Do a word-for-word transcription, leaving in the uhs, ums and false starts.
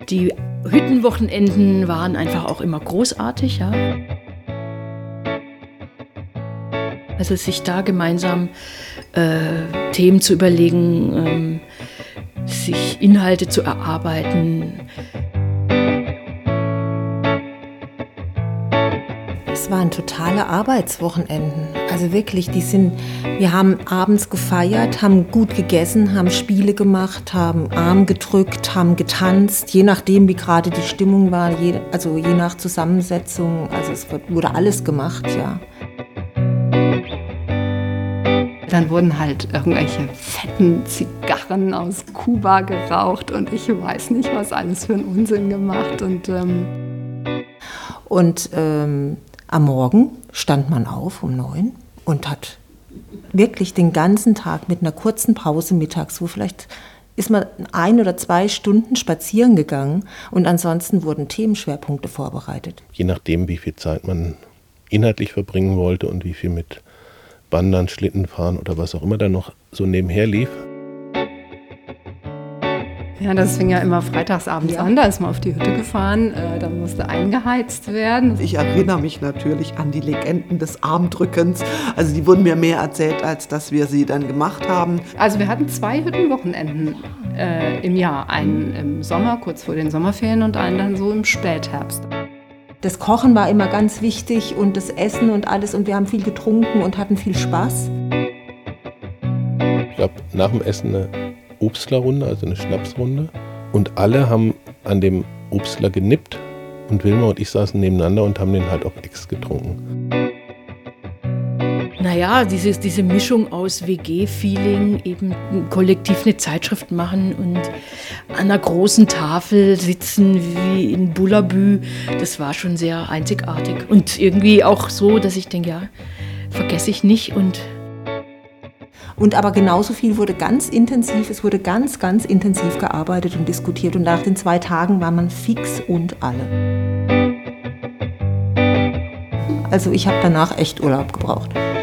Die Hüttenwochenenden waren einfach auch immer großartig, ja. Also sich da gemeinsam äh, Themen zu überlegen, ähm, sich Inhalte zu erarbeiten. Es waren totale Arbeitswochenenden. Also wirklich, die sind, wir haben abends gefeiert, haben gut gegessen, haben Spiele gemacht, haben Arm gedrückt, haben getanzt, je nachdem, wie gerade die Stimmung war, je, also je nach Zusammensetzung. Also es wurde alles gemacht, ja. Dann wurden halt irgendwelche fetten Zigarren aus Kuba geraucht und ich weiß nicht, was alles für einen Unsinn gemacht. Und, ähm und ähm, am Morgen stand man auf um neun und hat wirklich den ganzen Tag mit einer kurzen Pause mittags, wo vielleicht ist man ein oder zwei Stunden spazieren gegangen und ansonsten wurden Themenschwerpunkte vorbereitet. Je nachdem, wie viel Zeit man inhaltlich verbringen wollte und wie viel mit Wandern, Schlittenfahren oder was auch immer da noch so nebenher lief. Ja, das fing ja immer freitagsabends ja. an, da ist man auf die Hütte gefahren, äh, da musste eingeheizt werden. Ich erinnere mich natürlich an die Legenden des Armdrückens. Also die wurden mir mehr erzählt, als dass wir sie dann gemacht haben. Also wir hatten zwei Hüttenwochenenden äh, im Jahr. Einen im Sommer, kurz vor den Sommerferien, und einen dann so im Spätherbst. Das Kochen war immer ganz wichtig und das Essen und alles. Und wir haben viel getrunken und hatten viel Spaß. Ich glaube, nach dem Essen eine Obstlerrunde, also eine Schnapsrunde. Und alle haben an dem Obstler genippt. Und Wilma und ich saßen nebeneinander und haben den halt auf Ex getrunken. Naja, diese, diese Mischung aus W G-Feeling, eben kollektiv eine Zeitschrift machen und an einer großen Tafel sitzen wie in Bullabü, das war schon sehr einzigartig. Und irgendwie auch so, dass ich denke, ja, vergesse ich nicht. Und Und aber genauso viel wurde ganz intensiv, es wurde ganz, ganz intensiv gearbeitet und diskutiert. Und nach den zwei Tagen war man fix und alle. Also ich habe danach echt Urlaub gebraucht.